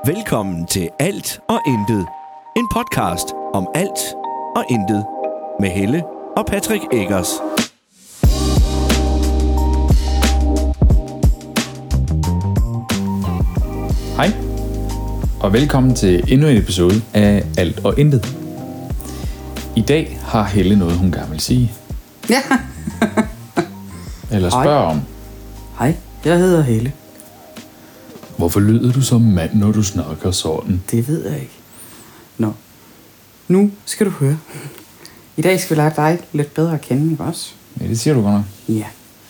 Velkommen til Alt og Intet. En podcast om alt og intet. Med Helle og Patrick Eggers. Hej, og velkommen til endnu en episode af Alt og Intet. I dag har Helle noget, hun gerne vil sige. Ja. Eller spørge om. Hej, jeg hedder Helle. Hvorfor lyder du som mand, når du snakker sådan? Det ved jeg ikke. Nå, nu skal du høre. I dag skal vi lære dig lidt bedre at kende, ikke også? Ja, det siger du godt nok. Ja.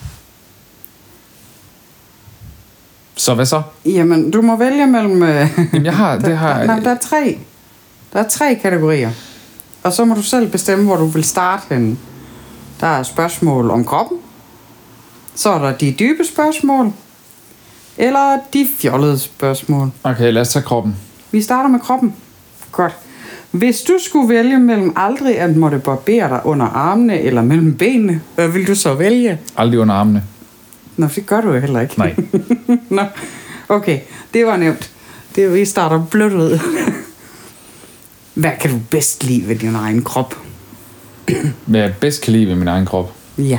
Så hvad så? Jamen, du må vælge mellem... Jamen, jeg har... Der er tre kategorier. Og så må du selv bestemme, hvor du vil starte henne. Der er spørgsmål om kroppen. Så er der de dybe spørgsmål. Eller de fjollede spørgsmål. Okay, lad os tage kroppen. Vi starter med kroppen. Godt. Hvis du skulle vælge mellem aldrig at måtte barbere dig under armene eller mellem benene, hvad vil du så vælge? Aldrig under armene. Nå, det gør du jo heller ikke. Nej. Nå, okay. Det var nemt. Vi starter blødt ud. Hvad kan du bedst lide ved din egen krop? Hvad jeg bedst kan lide ved min egen krop? Ja.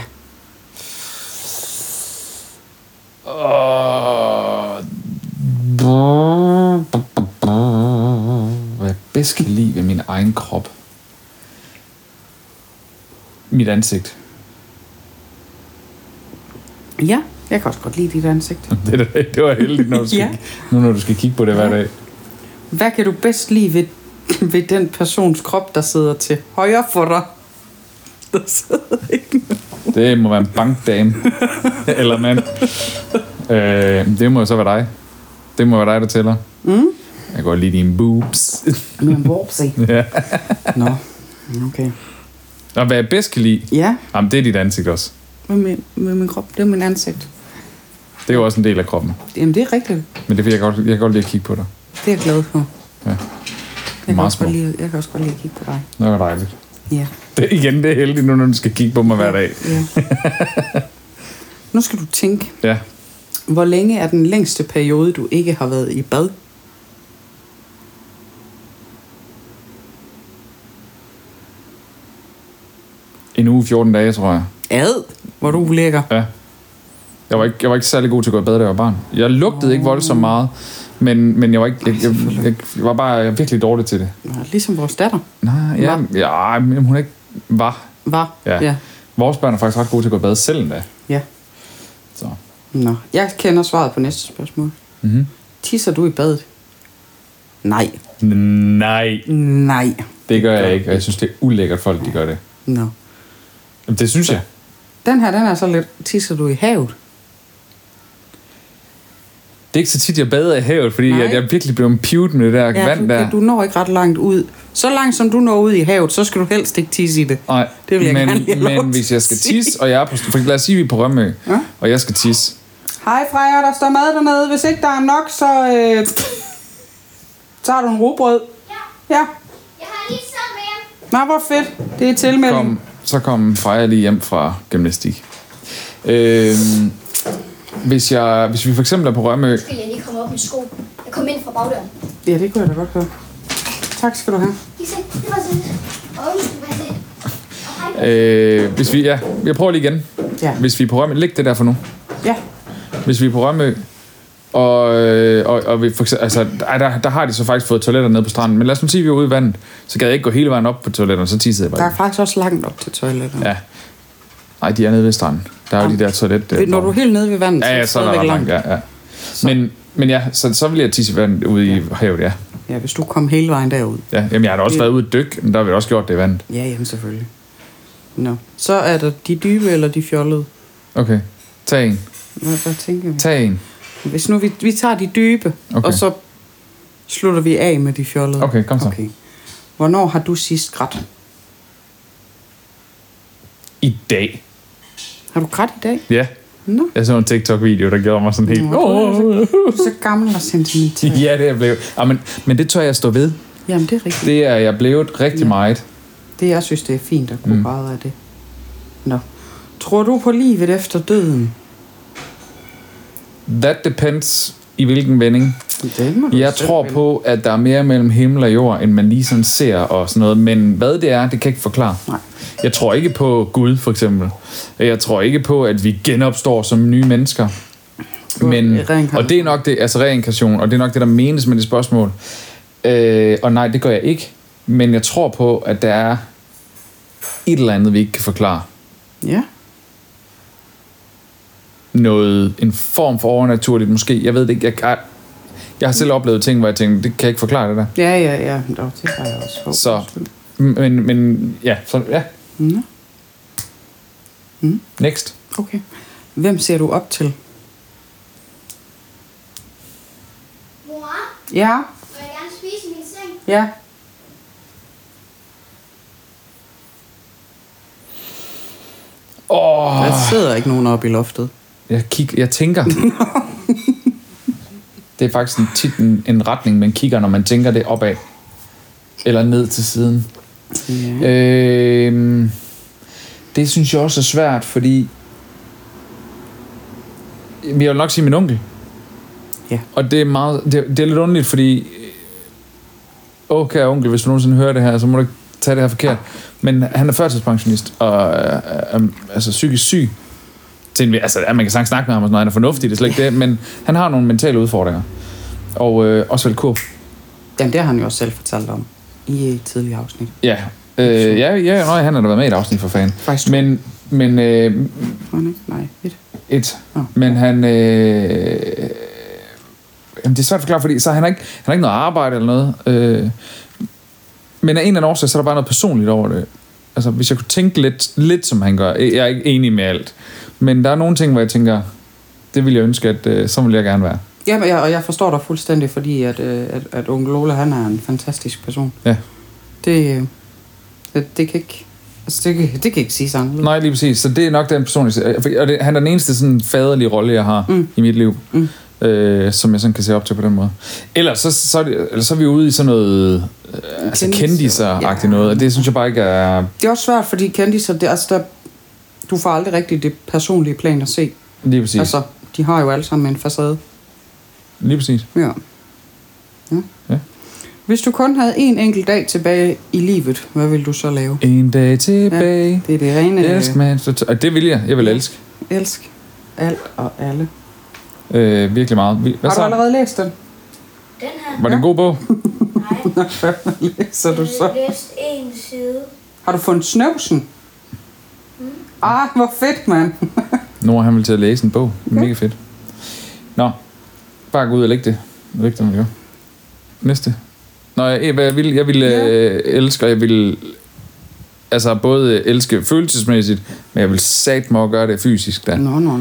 Hvad jeg bedst kan lide ved min egen krop? Mit ansigt. Ja, jeg kan også godt lide dit ansigt. Det var heldigt, når du skal, Ja. nu når du skal kigge på det hver dag. Hvad kan du bedst lide ved den persons krop, der sidder til højre for dig? Der sidder ikke nogen. Det må være en bankdame. Eller mand. Det må jo så være dig. Det må være dig, der tæller. Mm? Jeg kan godt lide dine boobs. Min boobsie. Ja. Nå, okay. Og hvad jeg bedst kan lide, Ja, jamen, det er dit ansigt også. med min krop. Det er min ansigt. Det er jo også en del af kroppen. Jamen, det er rigtigt. Men det er fordi, jeg kan godt lide at kigge på dig. Det er jeg glad for. Ja. Jeg kan, Meget også godt små. lide, jeg kan også godt lide at kigge på dig. Det var dejligt. Ja. Det er heldigt nu, når du skal kigge på mig hver dag. Ja. Nu skal du tænke, Ja. hvor længe er den længste periode, du ikke har været i bad? En uge, 14 dage, tror jeg. Hvor du ligger. Ja. Jeg var ikke særlig god til at gå i bad, da jeg var barn. Jeg lugtede ikke voldsomt meget, men jeg var ikke, jeg var bare virkelig dårlig til det. Ja, ligesom vores datter Nej, ja, men hun ikke var. var. Ja. Ja. Vores børn er faktisk ret gode til at gå i bad selv endda. Ja. Så. Nå, jeg kender svaret på næste spørgsmål. Mm-hmm. Tisser du i badet? Nej. Nej, Nej. det gør jeg ikke, og jeg synes, det er ulækkert folk, de gør det. Nå. Jamen, det synes jeg. Den er så lidt, tisser du i havet? Det er ikke så tit, jeg bader i havet, fordi Nej. jeg virkelig blev pivet med det der vand der. Du når ikke ret langt ud. Så langt som du når ud i havet, så skal du helst ikke tisse i det. Nej, Det vil jeg gerne lige have lov men hvis til jeg at skal sige. tisse, og jeg er på... For lad os sige, vi er på Rømø, Ja? og jeg skal tisse. Hej Freja, der står mad dernede. Hvis ikke der er nok, så tager du en rugbrød. Ja. Jeg har lige så med. Nå, hvor fedt. Det er tilmelding. Så kom Freja lige hjem fra gymnastik. Hvis vi for eksempel er på Rømø... Skal jeg lige komme op med sko? Jeg kom ind fra bagdøren. Ja, det kunne jeg da godt høre. Tak skal du have. I se, det var sådan. Og hej. Hvis vi... Ja, jeg prøver lige igen. Ja. Hvis vi er på Rømø... Læg det der for nu. Ja. Hvis vi er på Rømø, og vi for eksempel, altså, der har de så faktisk fået toiletter nede på stranden. Men lad os nu sige, at vi er ude i vandet. Så kan jeg ikke gå hele vejen op på toiletterne, så tissede jeg bare. Der er faktisk også langt op til toiletterne. Ja. Nej, de er nede ved stranden. Der er jo de der toilet... Når du er helt nede ved vandet, Ja, så er der stadigvæk ret langt, ja. Men ja, så vil jeg tisse i vandet ude i havet, ja. Ja, hvis du kom hele vejen derud. Ja, jamen jeg har da også været ude at dykke, men der har vi også gjort det i vandet. Ja, jamen selvfølgelig. Nå. Så er der de dybe eller de fjollede. Okay, tag en. Hvad tænker vi? Tag en. Hvis nu vi tager de dybe, Okay. og så slutter vi af med de fjollede. Okay, kom så. Okay. Hvornår har du sidst grædt? I dag. Har du grædt i dag? Ja, Nå. jeg så en TikTok-video, der gjorde mig sådan helt... Nå, du er så gammel og sentimental. Ja, det er jeg blevet. Ja, men det tør jeg stå ved. Jamen, det er rigtigt. Det er jeg blevet rigtig meget. Det, jeg synes, det er fint at kunne græde af det. Nå. Tror du på livet efter døden? That depends I hvilken vending? Jeg tror på, at der er mere mellem himmel og jord, end man lige sådan ser og sådan noget. Men hvad det er, det kan jeg ikke forklare. Nej. Jeg tror ikke på Gud, for eksempel. Jeg tror ikke på, at vi genopstår som nye mennesker. Men, og det er nok det, altså reinkarnation, og det er nok det, der menes med det spørgsmål. Og nej, det gør jeg ikke. Men jeg tror på, at der er et eller andet, vi ikke kan forklare. Ja. En form for overnaturligt måske. Jeg ved det ikke. Jeg har selv oplevet ting, hvor jeg tænkte, det kan jeg ikke forklare det der. Ja. Det har jeg også håbet. Så, men ja. Så, ja. Next. Okay. Hvem ser du op til? Mor, Ja. vil jeg gerne spise i min seng? Ja. Der sidder ikke nogen oppe i loftet. Jeg tænker. Det er faktisk tit en retning, man kigger, når man tænker det opad. Eller ned til siden. Ja. Det synes jeg også er svært, fordi jeg vil nok sige min onkel. Ja. Og det er meget, det er lidt underligt, fordi kære onkel, hvis du nogensinde hører det her, så må du ikke tage det her forkert. Men han er førtidspensionist og altså psykisk syg. Altså, man kan sagtens snakke med ham og sådan noget, han er fornuftig, det er slet ikke det, men han har nogle mentale udfordringer. Og også vel kurv. Jamen, det har han jo også selv fortalt om i et tidligere afsnit. Ja. Han har da været med i et afsnit for fanden. Faktisk. Men Nej, et. Men han... Jamen, det er svært at forklare, fordi så han har ikke noget arbejde eller noget. Men af en eller anden årsag, så er der bare noget personligt over det. Altså, hvis jeg kunne tænke lidt som han gør. Jeg er ikke enig med alt. Men der er nogle ting, hvor jeg tænker, det vil jeg ønske, at så vil jeg gerne være. Ja, og jeg forstår dig fuldstændig, fordi at onkel Ole, han er en fantastisk person. Ja. Det kan ikke... Altså, det kan ikke sige sådan. Nej, lige præcis. Så det er nok den person, og han er den eneste sådan faderlige rolle, jeg har i mit liv. Som jeg sådan kan se op til på den måde. Ellers så er vi ude i sådan noget kendiser-agtigt noget, og det synes jeg bare ikke er... Det er også svært, fordi kendiser, du får aldrig rigtig det personlige plan at se. Lige præcis. Altså, de har jo alle sammen en facade. Lige præcis. Ja. Hvis du kun havde en enkelt dag tilbage i livet, hvad vil du så lave? En dag tilbage. Ja, det er det rene... Elsk, man. Og det vil jeg. Jeg vil elske. Elsk alt og alle. Virkelig meget. Har du allerede læst den? Den her? Var det en god bog? Nej. Hvad læser du så? Jeg har læst en side. Har du fundet snøvsen? Hvor fedt, mand. Nora, han vil til at læse en bog. Mega fedt. Nå. Bare gå ud og lægge det. Jeg ved ikke, hvad man gør. Næste. Nå, jeg vil elske, og jeg vil altså både elske følelsesmæssigt, men jeg vil satme at gøre det fysisk da. Nå.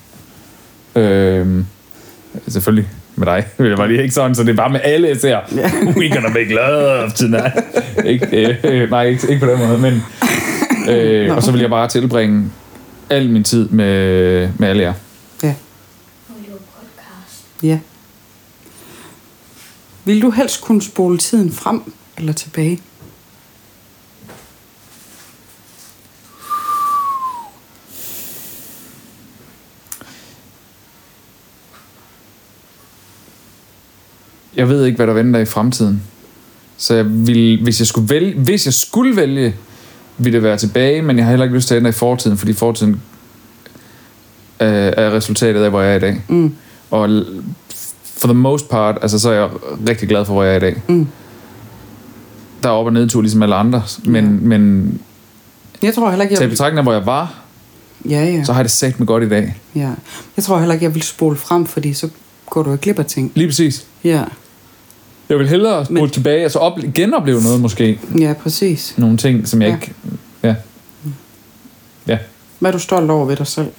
Selvfølgelig med dig. Det var lige ikke sådan, så det er bare med alle, jeg ser. We gonna make love tonight. ikke på den måde, men og så vil jeg bare tilbringe al min tid med alle jer. Ja. Ja. Vil du helst kunne spole tiden frem eller tilbage? Jeg ved ikke, hvad der venter i fremtiden. Så jeg vil, hvis jeg skulle vælge, ville det være tilbage, men jeg har heller ikke lyst til at ændre i fortiden, fordi fortiden er resultatet af, hvor jeg er i dag. Og for the most part, altså så er jeg rigtig glad for, hvor jeg er i dag. Der er op- og nedtur ligesom alle andre, men jeg tror heller ikke, til betragtning af, hvor jeg var, så har det sagt mig godt i dag. Ja. Jeg tror heller ikke, jeg vil spole frem, fordi så går du jo glip af ting. Lige præcis. Ja. Jeg vil hellere spole tilbage, altså genopleve noget måske. Ja, præcis. Nogle ting, som jeg ikke... Ja. Hvad er du stolt over ved dig selv?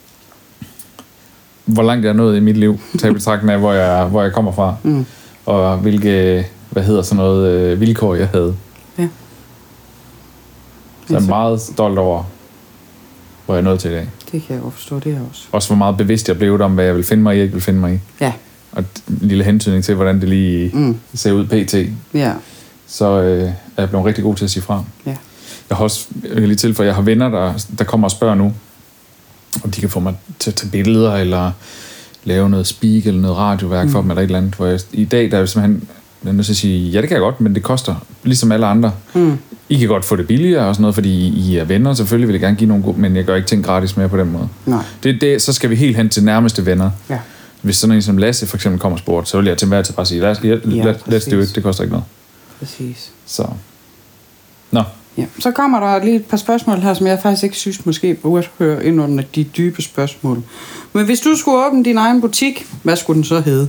Hvor langt jeg er nået i mit liv, til betragtning af, hvor jeg kommer fra. Og hvilke, vilkår jeg havde. Ja. Så jeg er meget stolt over, hvor jeg er nået til i dag. Det kan jeg godt forstå, det er også. Også hvor meget bevidst jeg blev om, hvad jeg vil finde mig i, og ikke vil finde mig i. Ja. Og en lille hentydning til, hvordan det lige ser ud pt. Ja. Så er jeg blevet rigtig god til at sige fra. Ja. Jeg har også lige til, for jeg har venner, der kommer og spørger nu, om de kan få mig til at tage billeder, eller lave noget speak eller noget radioværk for dem, eller et eller andet. Hvor i dag, der er simpelthen, jeg er nødt til at sige, ja, det kan jeg godt, men det koster, ligesom alle andre. I kan godt få det billigere og sådan noget, fordi I er venner. Selvfølgelig vil jeg gerne give nogle gode, men jeg gør ikke ting gratis mere på den måde. Nej. Så skal vi helt hen til nærmeste venner. Ja. Hvis sådan en som Lasse for eksempel kommer og spurgt, så vil jeg til hver til bare sige, let's do it, det koster ikke noget. Præcis. Så. Nå. Ja. Så kommer der lige et par spørgsmål her, som jeg faktisk ikke synes måske burde høre ind under de dybe spørgsmål. Men hvis du skulle åbne din egen butik, hvad skulle den så hedde?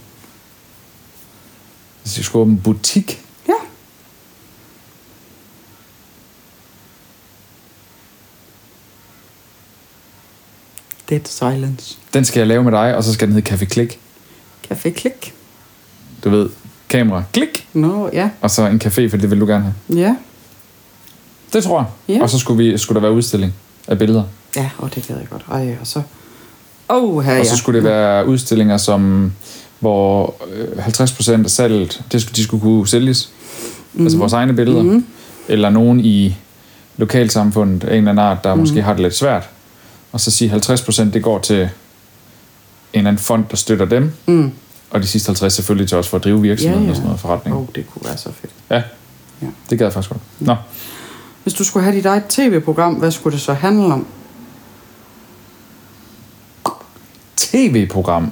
Hvis jeg skulle åbne en butik? Ja. Dead silence. Den skal jeg lave med dig, og så skal den hedde Café Klik. Café Klik. Du ved, kamera, klik, Ja. og så en café, for det vil du gerne have. Ja. Det tror jeg. Ja. Og så skulle der være udstilling af billeder. Ja, det gad jeg godt. Ej, og så... Og så skulle det være udstillinger, hvor 50% af salget, de skulle kunne sælges. Altså vores egne billeder. Eller nogen i lokalsamfundet af en eller anden art, der måske har det lidt svært. Og så sige 50% det går til en eller anden fond, der støtter dem. Og de sidste 50 selvfølgelig til os for at drive virksomheden og sådan noget forretning. Det kunne være så fedt. Ja, det gad jeg faktisk godt. Nå. Hvis du skulle have dit eget tv-program, hvad skulle det så handle om? TV-program?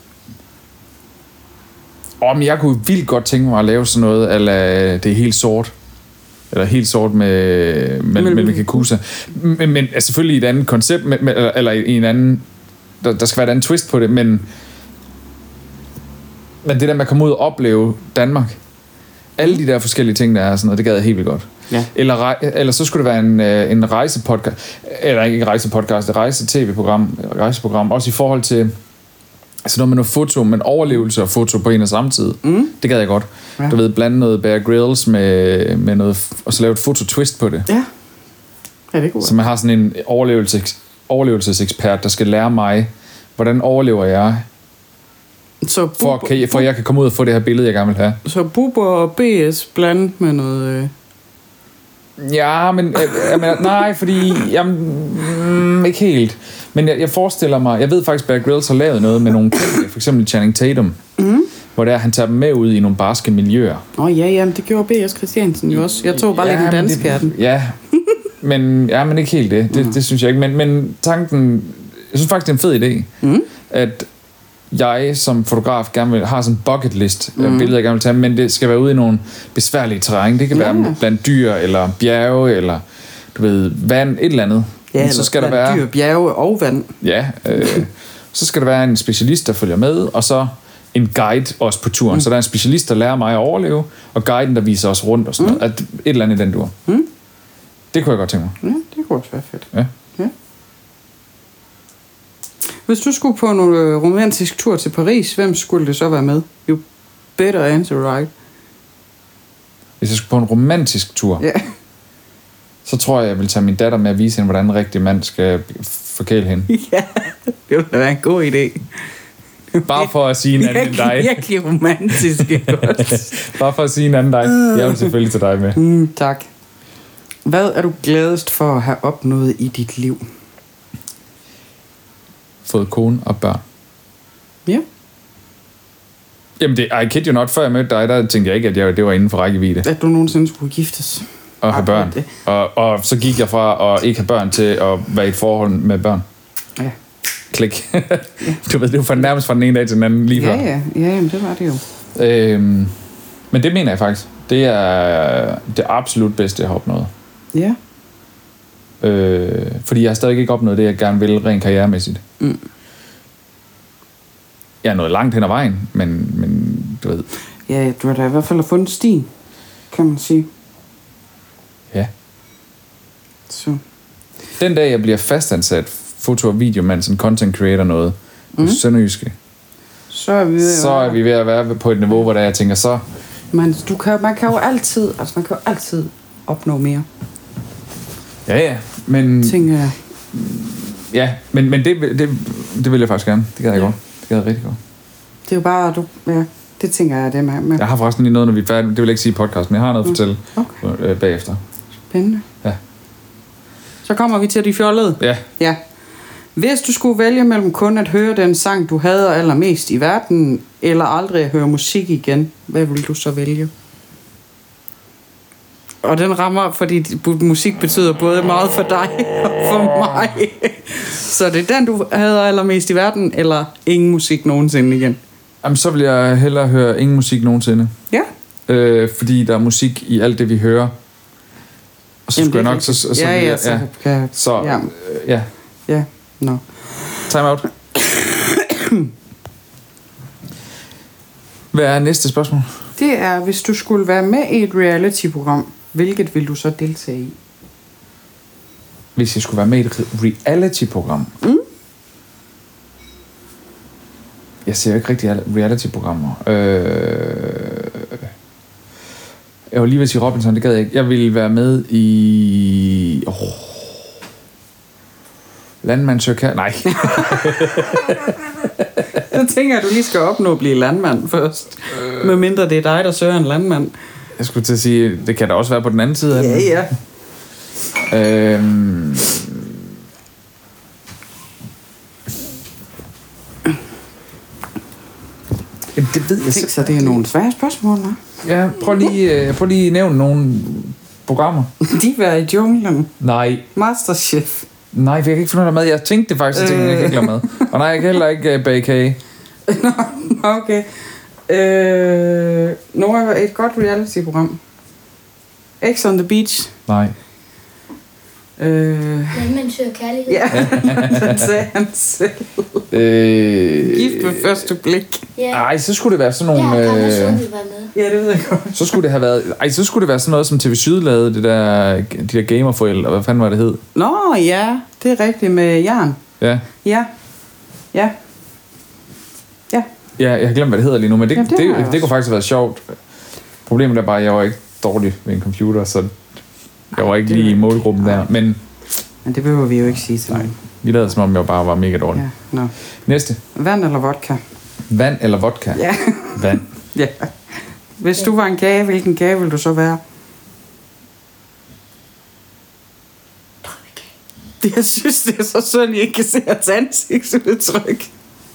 Men jeg kunne vildt godt tænke mig at lave sådan noget, eller det er helt sort. Eller helt sort med Kakusa. Men altså, selvfølgelig i et andet koncept, eller i en anden... Der skal være et andet twist på det, men det der med at komme ud og opleve Danmark, alle de der forskellige ting, der er sådan noget, det gad jeg helt vildt godt. Ja. Eller så skulle det være en rejsepodcast, eller ikke rejsepodcast, et rejseprogram, også i forhold til altså noget med noget foto, men overlevelse og foto på en og samme tid. Det gad jeg godt. Ja. Du ved, blande noget Bear Grylls med noget, og så lave et fototwist på det. Ja, det er godt. Så man har sådan en overlevelsesekspert, der skal lære mig, hvordan overlever jeg, for jeg kan komme ud og få det her billede, jeg gerne vil have. Så Bubber og BS blandet med noget... Ja, men nej, fordi ikke helt. Men jeg forestiller mig, jeg ved faktisk, Bear Grylls har lavet noget med nogle kendte, for eksempel Channing Tatum, hvor han tager dem med ud i nogle barske miljøer. Jamen det gjorde B.S. Christiansen jo også. Jeg tog bare lidt en dansk af den. Ja, men ikke helt det. Det synes jeg ikke. Men tanken, jeg synes faktisk, det er en fed idé, at jeg som fotograf gerne vil have sådan en bucket list af billeder, jeg gerne vil tage, men det skal være ude i nogle besværlige terræn. Det kan være blandt dyr, eller bjerge, eller du ved, vand, et eller andet. Ja, så skal der være dyr, bjerge og vand. Ja, så skal der være en specialist, der følger med, og så en guide også på turen. Så der er en specialist, der lærer mig at overleve, og guiden, der viser os rundt og sådan noget. At et eller andet i den dur. Det kunne jeg godt tænke mig. Ja, det kunne også være fedt. Ja. Hvis du skulle på en romantisk tur til Paris, hvem skulle det så være med? You better answer right. Hvis jeg skulle på en romantisk tur, så tror jeg vil tage min datter med at vise hende, hvordan en rigtig mand skal forkæle hende. Ja, det ville da være en god idé. Bare for at sige en anden end dig. Virkelig romantisk. Bare for at sige en anden dig. Jeg vil selvfølgelig til dig med. Tak. Hvad er du gladest for at have opnået i dit liv? Fået kone og børn. Ja. Jamen, I kid you not, før jeg mødte dig, der tænkte jeg ikke, at det var inden for rækkevidde. At du nogensinde skulle giftes. Og have børn. Og så gik jeg fra at ikke have børn til at være i et forhold med børn. Ja. Klik. Du ved, det var nærmest fra den ene dag til den anden lige før. Ja, jamen, det var det jo. Men det mener jeg faktisk. Det er det absolut bedste, jeg har opnået. Ja. Fordi jeg har stadig ikke opnået det, jeg gerne vil rent karrieremæssigt. Jeg er nået langt hen ad vejen, men du ved... Ja, du har da i hvert fald fundet stien, kan man sige. Ja. Så. Den dag, jeg bliver fastansat foto- og videomand, som content creator noget, på Sønderjyske, så er vi ved at være på et niveau, hvor der jeg tænker så... Men man kan jo altid opnå mere. Ja, men... Tænker jeg. Ja, men det vil jeg faktisk gerne. Det gad jeg godt. Det gad jeg rigtig godt. Det er jo bare, det tænker jeg, det med. Jeg har forresten lige noget, når vi er færdige. Det vil jeg ikke sige i podcasten, men jeg har noget at fortælle bagefter. Spændende. Ja. Så kommer vi til de fjollede. Ja. Ja. Hvis du skulle vælge mellem kun at høre den sang, du hader allermest i verden, eller aldrig at høre musik igen, hvad vil du så vælge? Og den rammer, fordi musik betyder både meget for dig og for mig. Så det er den, du hader allermest i verden, eller ingen musik nogensinde igen? Jamen, så vil jeg hellere høre ingen musik nogensinde. Ja. Fordi der er musik i alt det, vi hører. Og så skulle jeg nok... Ja, no. Time out. Hvad er næste spørgsmål? Det er, hvis du skulle være med i et reality-program, hvilket vil du så deltage i? Hvis jeg skulle være med i et reality-program? Jeg ser jo ikke rigtig reality-programmer. Jeg var lige ved at sige Robinson, det gad jeg ikke. Jeg ville være med i... Landmand søger nej. Jeg tænker, at du lige skal opnå at blive landmand først. Med mindre det er dig, der søger en landmand. Jeg skulle til at sige, det kan da også være på den anden side af den. Ja. Det ved jeg Tænk så, det er nogle svære spørgsmål, hva'? Ja, prøv lige at nævne nogle programmer. Diva i junglen. Nej. Masterchef. Nej, for jeg kan ikke finde ud af mad. Jeg tænkte det faktisk, jeg kan ikke lade mad. Og nej, jeg kan heller ikke bage kage. Nå, okay. Nora, et godt reality-program. X on the Beach. Nej. Landmand søger kærlighed. Ja, den sagde han selv. Gift ved første blik. Ja. Ej, så skulle det være sådan nogle... Ja, Anders Sundby var med. Ja, det ved jeg godt. så skulle det have været... Ej, så skulle det være sådan noget, som TV Syd lavede, de der gamerforældre. Hvad fanden var det hed? Nå, ja, det er rigtigt med Jern. Ja. Ja. Ja. Ja. Ja, jeg har glemt, hvad det hedder lige nu, men det, Jamen, det har jeg det kunne faktisk have været sjovt. Problemet er bare, at jeg var ikke dårlig ved en computer, så jeg var ikke lige i målgruppen der. Men det behøver vi jo ikke sige til mig. vi lavede som om, jeg bare var mega dårlig. Ja, no. Næste. Vand eller vodka? Vand eller vodka? Ja. Vand. Ja. Hvis du var en kage, hvilken kage ville du så være? Jeg synes, det er så synd, at I ikke kan se hans ansigtsudtryk.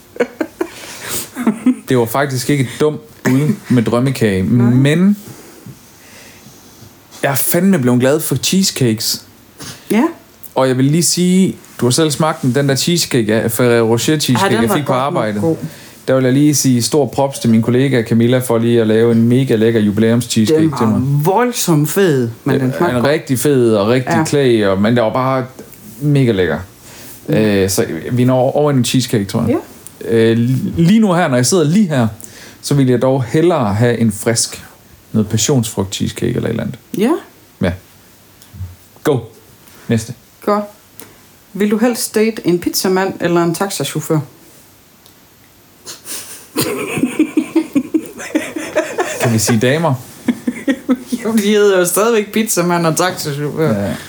Det var faktisk ikke dumt ude med drømmekage, men jeg er fandme blevet glad for cheesecakes. Ja. Og jeg vil lige sige, du har selv smagt den der cheesecake, Ferrero Rocher cheesecake, jeg fik på arbejdet. Der vil jeg lige sige stor props til min kollega Camilla for lige at lave en mega lækker jubilæums cheesecake til mig. Den var voldsomt fed, men den smagte en rigtig fed og rigtig klæg, men det var bare mega lækker. Så vi når over en cheesecake, tror jeg. Ja. Lige nu her, når jeg sidder lige her, så vil jeg dog hellere have en frisk, noget passionsfrugt cheesecake eller et eller andet. Ja. Ja. Go. Næste. Godt. Vil du helst date en pizzamand eller en taxachauffør? Kan vi sige damer? Jamen, de hedder jo stadigvæk pizzamand og taxachauffør. Ja.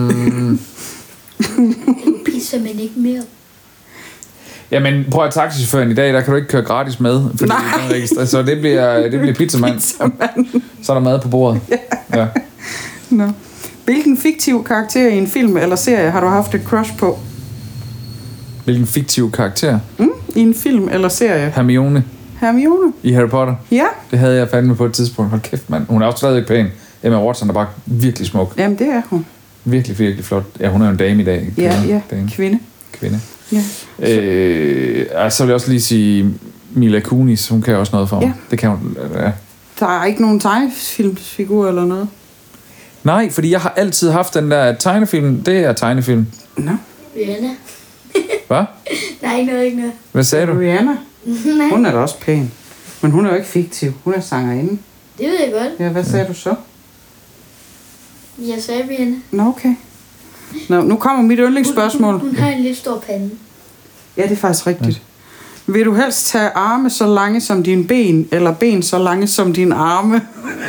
Pizza, men ikke mere. Jamen, prøv at taxichaufføren i dag, der kan du ikke køre gratis med, fordi så det bliver pizzamand. Så er der mad på bordet. Ja. No. Hvilken fiktiv karakter i en film eller serie har du haft et crush på? Hvilken fiktiv karakter? I en film eller serie? Hermione. I Harry Potter? Ja. Det havde jeg fandme på et tidspunkt. Hold kæft, mand. Hun er også stadig pæn. Emma Watson er bare virkelig smuk. Jamen, det er hun. Virkelig, virkelig flot. Ja, hun er jo en dame i dag. Kvinde. Ja. Så vil jeg også lige sige Mila Kunis. Hun kan også noget for mig. Det kan hun. Ja. Der er ikke nogen tegnefilmsfigur eller noget? Nej, fordi jeg har altid haft den der tegnefilm. Det er tegnefilm. Nå. Rihanna. Hvad? Nej, ikke noget. Hvad sagde du? Rihanna? Nej. Hun er da også pæn. Men hun er jo ikke fiktiv. Hun er sangerinde. Det ved jeg godt. Ja, hvad sagde du så? Jeg sagde Rihanna. Nå, okay. Nå, nu kommer mit yndlingsspørgsmål. Hun har en lidt stor pande. Ja, det er faktisk rigtigt. Ja. Vil du helst tage arme så lange som dine ben, eller ben så lange som dine arme?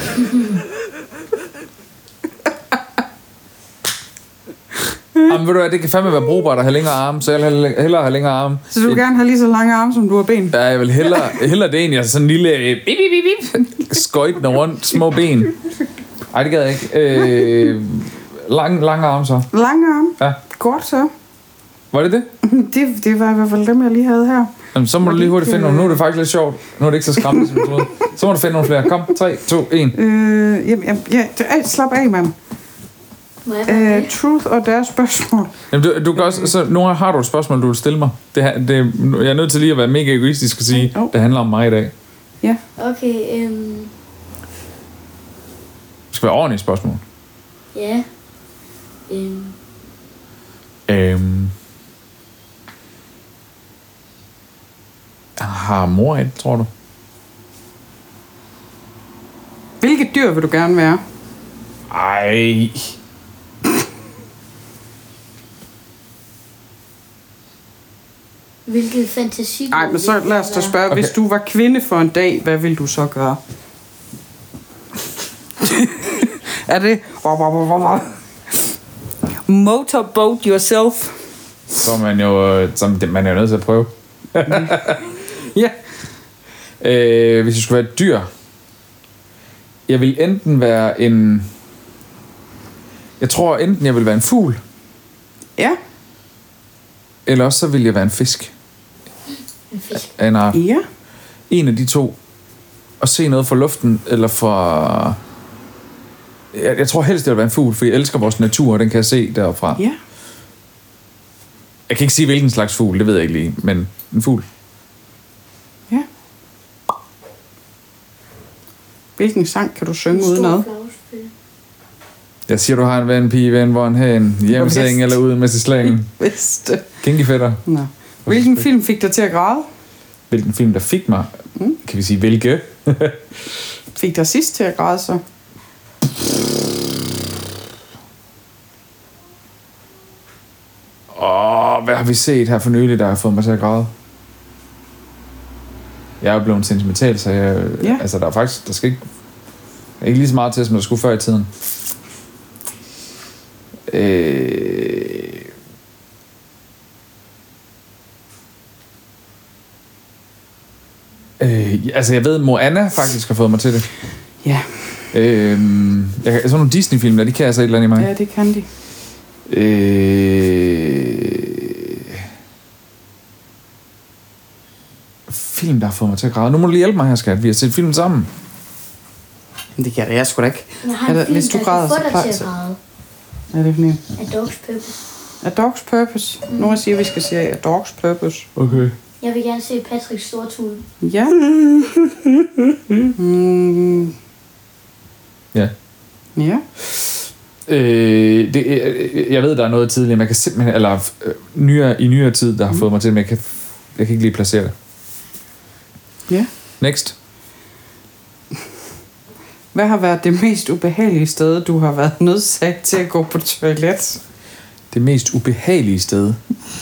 Jamen, ved du hvad, det kan fandme være brugbart at have længere arme, så jeg vil hellere have længere arme. Så du vil gerne have lige så lange arme, som du har ben? Ja, jeg vil hellere det end jeg sådan en lille skøjtende rundt små ben. Ej, det gad jeg ikke. Lange arme så. Lange arme? Ja. Godt så. Var det det? Det var i hvert fald dem, jeg lige havde her. Jamen, så må du lige hurtigt finde nogle. Nu er det faktisk lidt sjovt. Nu er det ikke så skræmmende, som jeg troede. Så må du finde nogle flere. Kom, 3, 2, 1. Slap af, mand. Må jeg være med? Truth or dare spørgsmål. Jamen, du kan også, så nogle har du et spørgsmål, du vil stille mig. Jeg er nødt til lige at være mega egoistisk og sige, det handler om mig i dag. Ja. Okay, Det skal være ordentlige spørgsmål. ja. Har mor et, tror du? Hvilket dyr vil du gerne være? Ej. Hvilket fantasi. Nej, men så lad os da spørge. Hvis du var kvinde for en dag, hvad vil du så gøre? Er det... Motorboat yourself. Så er man jo, man er jo nødt til at prøve. Ja. Hvis jeg skulle være et dyr. Jeg vil enten være en... Jeg tror enten jeg vil være en fugl. Ja. Eller også så vil jeg være en fisk. En fisk. Af en art. Ja. En af de to. Og se noget fra luften, eller fra... Jeg tror helst, det vil være en fugl, for jeg elsker vores natur, og den kan jeg se derfra. Ja. Jeg kan ikke sige, hvilken slags fugl, det ved jeg ikke lige, men en fugl. Ja. Hvilken sang kan du synge uden ad? Jeg siger, du har en ven, pige, ven, hvor en hen, hjemmeseng eller uden med sig slængen. Bedste. Kinky fætter. Nå. Hvilken film fik dig til at græde? Hvilken film, der fik mig? Kan vi sige, hvilke? Fik dig sidst til at græde så? Hvad har vi set her for nylig, der har fået mig til at græde? Jeg er jo blevet sentimental, så altså, der er faktisk, der skal ikke lige så meget til, som der skulle før i tiden. Altså, jeg ved, Moana faktisk har fået mig til det. Ja. Sådan nogle Disney-film, der de kan altså et eller andet i mig. Ja, det kan de. Film, der har fået mig til at græde. Nu må du lige hjælpe mig her, skat. Vi har set filmen sammen. Det kan jeg sgu da ikke. Jeg har en film, hvis du der græder, kan så få dig plejer til at græde. Hvad er det for en? A Dog's Purpose. A Dog's Purpose. Nu siger vi skal sige A Dog's Purpose. Okay. Jeg vil gerne se Patricks Stortule. Ja. Ja. Ja. Jeg ved, der er noget tidligere, man kan simpelthen, eller i nyere tid, der har fået mig til, men jeg kan ikke lige placere det. Ja. Next. Hvad har været det mest ubehagelige sted, du har været nødsaget til at gå på toilet? Det mest ubehagelige sted.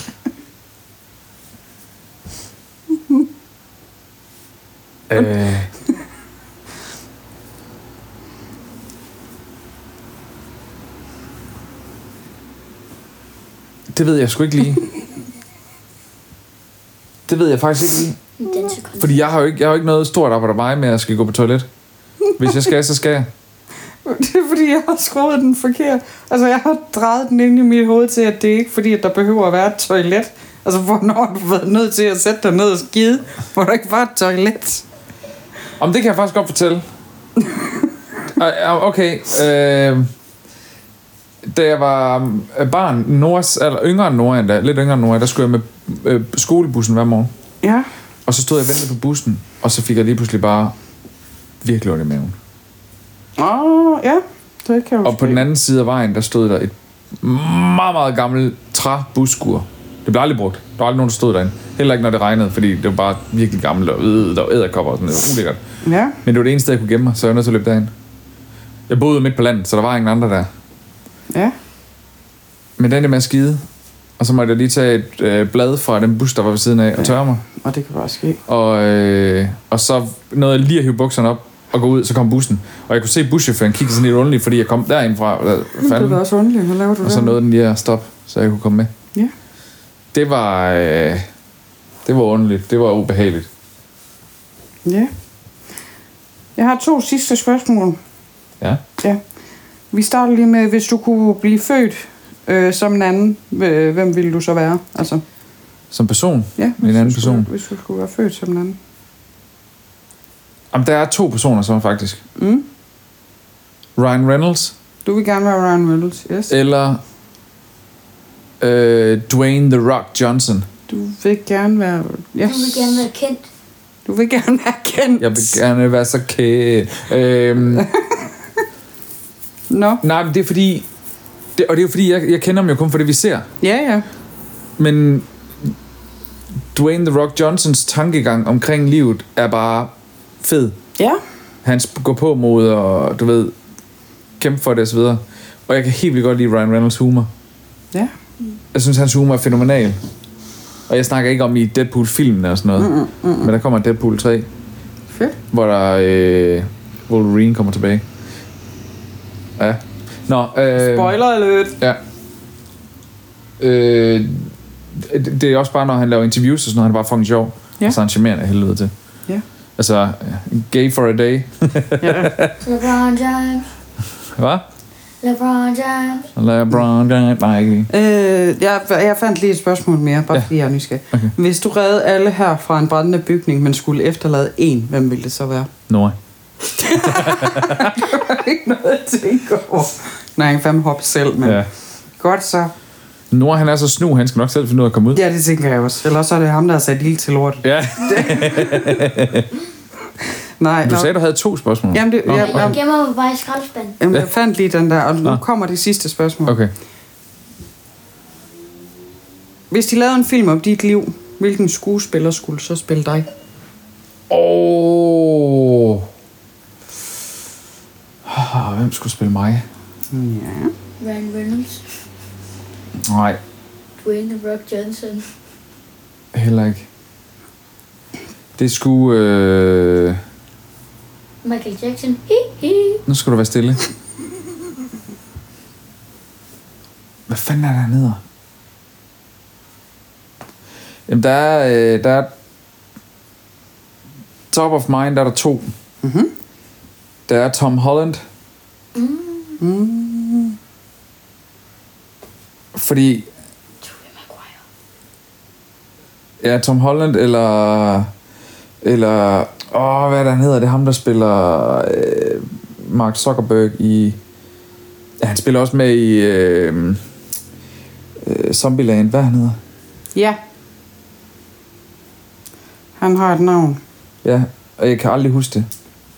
Det ved jeg sgu ikke lige. Det ved jeg faktisk ikke lige. Fordi jeg har jo ikke noget stort arbejde mig med, at jeg skal gå på toilet. Hvis jeg skal, så skal jeg. Det er fordi, jeg har skruet den forkert. Altså, jeg har drejet den ind i mit hoved til, at det er ikke fordi, at der behøver at være et toilet. Altså, hvornår har du været nødt til at sætte dig ned og skide, hvor der ikke var et toilet? Om det kan jeg faktisk godt fortælle. Okay. Da jeg var barn, yngre end Nora endda, lidt yngre end Nora, der skulle jeg med skolebussen hver morgen. Ja. Og så stod jeg og ventede på bussen, og så fik jeg lige pludselig bare virkelig ondt i maven. Ja, det kan jeg Og på den anden side af vejen, der stod der et meget, meget gammelt træbusskur. Det blev aldrig brugt. Der var aldrig nogen, der stod derinde. Heller ikke, når det regnede, fordi det var bare virkelig gammelt, og der var edderkopper og sådan noget. Ulækkert. Ja. Men det var det eneste, jeg kunne gemme mig, så jeg var nødt til at løbe derind. Jeg boede midt på landet, så der var ingen andre der. Ja. Men den der med at skide, og så måtte jeg lige tage et blad fra den bus, der var ved siden af, og tørre mig. Og det kan bare ske. Og så nåede jeg lige at hive bukserne op og gå ud, så kom bussen. Og jeg kunne se buschaufføren kigge sådan lidt underligt, fordi jeg kom derindfra. Det var også underligt. Hvad lavede du og så nåede den lige at stoppe, så jeg kunne komme med. Ja. Det var underligt. Det var ubehageligt. Ja. Jeg har 2 sidste spørgsmål. Ja. Ja. Vi starter lige med, hvis du kunne blive født som en anden, hvem ville du så være? Altså, Som person? ja, En anden person? Hvis du skulle være født som en anden. Jamen, der er 2 personer så faktisk. Mm. Ryan Reynolds Du vil gerne være Ryan Reynolds, yes. eller Dwayne The Rock Johnson. Du vil gerne være... Yes. Du vil gerne være kendt. Du vil gerne være kendt. Jeg vil gerne være så kendt. Nå. Nej, men det er fordi... Det er jo fordi, jeg kender ham jo kun for det, vi ser. Ja. Men Dwayne The Rock Johnsons tankegang omkring livet er bare fed. Ja. Han går på mod og, du ved, kæmpe for det og så videre. Og jeg kan helt vildt godt lide Ryan Reynolds humor. Ja. Jeg synes, hans humor er fænomenal. Og jeg snakker ikke om i Deadpool-filmen og sådan noget. Men der kommer Deadpool 3. Fedt. Hvor der Wolverine kommer tilbage. Ja. Nå, Spoiler alert. Ja. Det er også bare, når han laver interviews og sådan noget, han er bare fucking sjov. Ja. Og så er han charmerende af helvede til. Ja. Altså, gay for a day. Ja. LeBron James. Hvad? LeBron James. LeBron James. Nej, ikke lige. Jeg fandt lige et spørgsmål mere, bare fordi jeg er nysgerrig. Okay. Hvis du redde alle her fra en brændende bygning, men skulle efterlade en, hvem ville det så være? Nora. Ikke noget at tænke over. Nej, han kan fandme hoppe selv, men Ja. godt så. Nora, han er så snu, han skal nok selv finde ud af at komme ud. Ja, det tænker jeg også. Ellers så er det ham, der har sat ild til lort. Ja. Nej, Du sagde, du havde 2 spørgsmål. Jamen, det, Nå, jeg, Jeg gemmer mig bare i skraldespanden. jamen, jeg fandt lige den der, og nu Nå. kommer det sidste spørgsmål. Okay. Hvis de lavede en film om dit liv, hvilken skuespiller skulle så spille dig? Hvem skulle spille mig? Ja. Ryan Reynolds. Nej, Dwayne The Rock Johnson. heller ikke. Det skulle... Michael Jackson. Hi, hi. Nu skal du være stille. Hvad fanden er der hernede? Jamen, der er top of mind, der er der 2. Mhm. Der er Tom Holland. Fordi... Ja, Tom Holland, eller... hvad er det, han hedder? Det er ham, der spiller Mark Zuckerberg i... Ja, han spiller også med i Zombieland. Hvad han hedder? Ja. Han har et navn. Ja, og jeg kan aldrig huske det.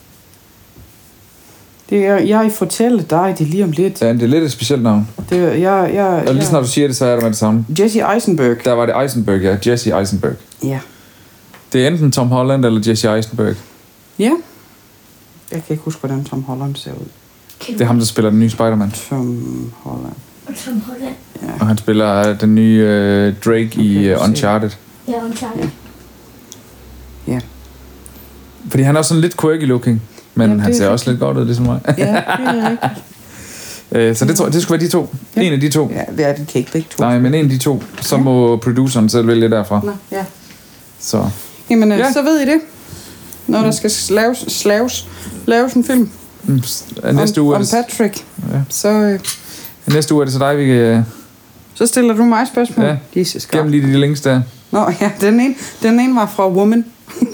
Det er, jeg fortæller dig det lige om lidt. Ja, det er lidt et specielt navn. Det er, Og lige snart du siger det, så er det med det samme. Jesse Eisenberg. Der var det Eisenberg, ja. Jesse Eisenberg. Ja. Det er enten Tom Holland eller Jesse Eisenberg. Ja. Jeg kan ikke huske, hvordan Tom Holland ser ud. Det er ham, der spiller den nye Spider-Man. Tom Holland. Og Tom Holland. Og han spiller den nye Drake i Uncharted. Ja, Uncharted. Ja. Fordi han er også sådan lidt quirky looking. Men Ja, det han er ser rigtigt. også lidt godt ud, ligesom mig. Ja, det er rigtigt. Så det tror jeg, det skulle være de 2. Ja. En af de 2. Ja, det er det kan ikke begge to. Nej, men en af de 2. Så må produceren selv vælge derfra. Nå, ja. Så Jamen, Ja. så ved I det. Når der skal laves en film næste uge er om det... Patrick, Ja. så Næste uge er det så dig, vi kan... så stiller du mig spørgsmål. Ja. Jesus Gem God. lige de links der. Nå, ja, den ene var fra Woman.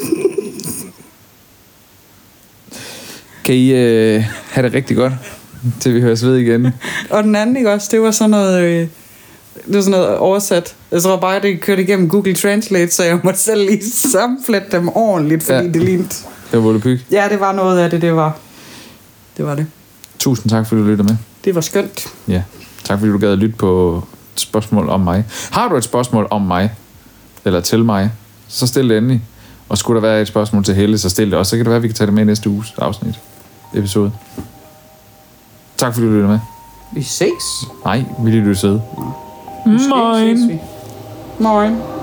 Kan I have det rigtig godt, til vi høres ved igen. Og den anden, ikke også, det var sådan noget... det var sådan noget oversat. Jeg tror bare, det kørte igennem Google Translate, så jeg måtte selv lige sammenflette dem ordentligt, fordi Ja. det lignede... Det var Volapyk. Ja, det var noget af det, det var det. Tusind tak, fordi du lytter med. Det var skønt. Ja. Tak, fordi du gad at lytte på et spørgsmål om mig. Har du et spørgsmål om mig, eller til mig, så stil det endelig. Og skulle der være et spørgsmål til Helle, så stil det også. Så kan det være, at vi kan tage det med i næste uges afsnit. Episode. Tak, fordi du lytter med. Vi ses. Nej, vi lytter ved. Måske ses vi. Morgen.